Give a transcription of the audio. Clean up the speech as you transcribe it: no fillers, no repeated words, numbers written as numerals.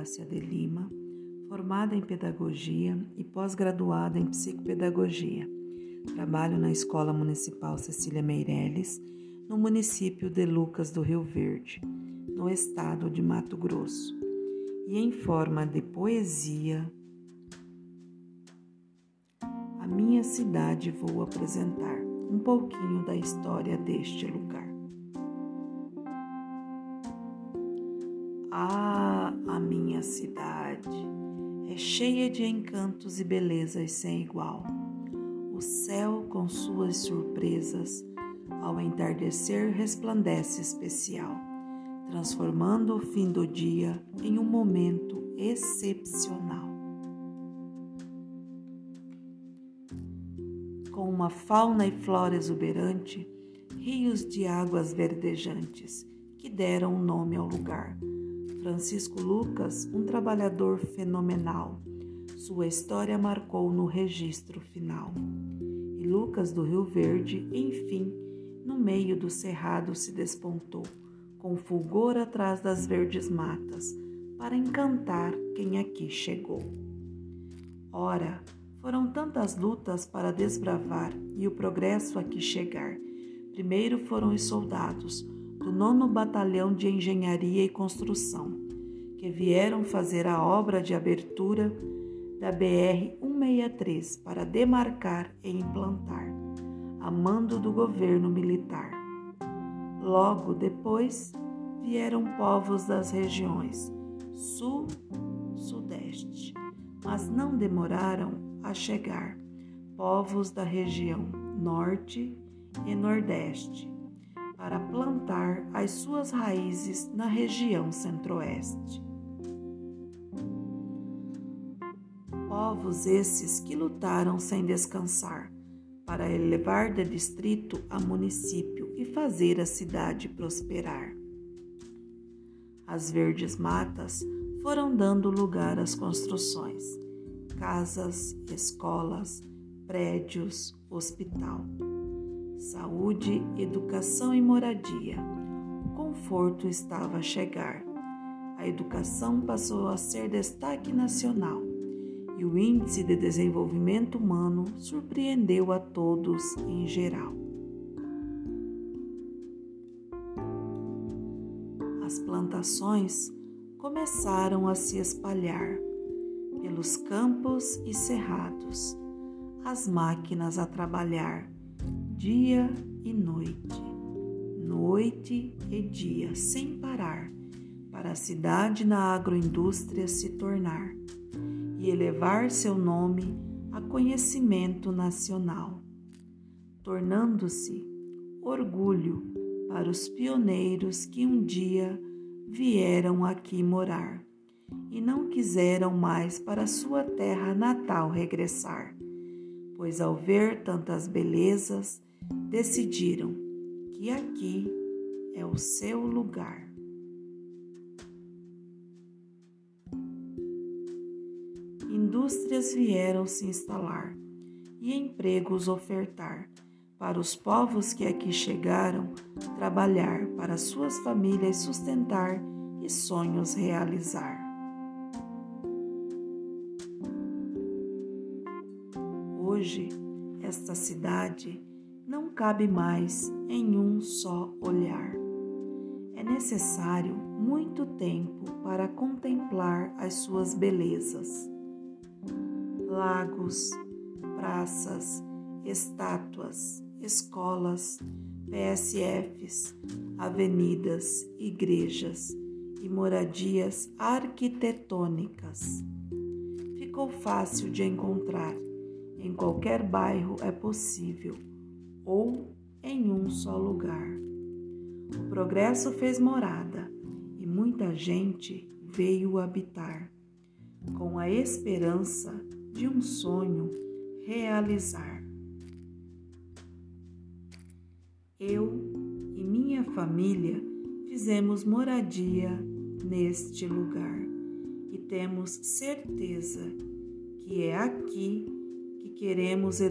Grácia de Lima, formada em Pedagogia e pós-graduada em Psicopedagogia. Trabalho na Escola Municipal Cecília Meireles, no município de Lucas do Rio Verde, no estado de Mato Grosso. E em forma de poesia, a minha cidade vou apresentar um pouquinho da história deste lugar. A minha cidade é cheia de encantos e belezas sem igual. O céu, com suas surpresas, ao entardecer resplandece especial, transformando o fim do dia em um momento excepcional. Com uma fauna e flora exuberante, rios de águas verdejantes que deram o nome ao lugar. Francisco Lucas, um trabalhador fenomenal, sua história marcou no registro final. E Lucas do Rio Verde, enfim, no meio do cerrado se despontou, com fulgor atrás das verdes matas, para encantar quem aqui chegou. Ora, foram tantas lutas para desbravar e o progresso aqui chegar. Primeiro foram os soldados do 9º Batalhão de Engenharia e Construção, que vieram fazer a obra de abertura da BR-163 para demarcar e implantar, a mando do governo militar. Logo depois vieram povos das regiões Sul, Sudeste, mas não demoraram a chegar povos da região Norte e Nordeste, para plantar as suas raízes na região Centro-Oeste. Povos esses que lutaram sem descansar para elevar de distrito a município e fazer a cidade prosperar. As verdes matas foram dando lugar às construções, casas, escolas, prédios, hospital. Saúde, educação e moradia. O conforto estava a chegar. A educação passou a ser destaque nacional e o índice de desenvolvimento humano surpreendeu a todos em geral. As plantações começaram a se espalhar pelos campos e cerrados, as máquinas a trabalhar dia e noite, noite e dia, sem parar, para a cidade na agroindústria se tornar e elevar seu nome a conhecimento nacional, tornando-se orgulho para os pioneiros que um dia vieram aqui morar e não quiseram mais para sua terra natal regressar, pois ao ver tantas belezas, decidiram que aqui é o seu lugar. Indústrias vieram se instalar e empregos ofertar para os povos que aqui chegaram trabalhar para suas famílias sustentar e sonhos realizar. Hoje, esta cidade não cabe mais em um só olhar. É necessário muito tempo para contemplar as suas belezas. Lagos, praças, estátuas, escolas, PSFs, avenidas, igrejas e moradias arquitetônicas. Ficou fácil de encontrar. Em qualquer bairro é possível, ou em um só lugar. O progresso fez morada e muita gente veio habitar, com a esperança de um sonho realizar. Eu e minha família fizemos moradia neste lugar e temos certeza que é aqui que queremos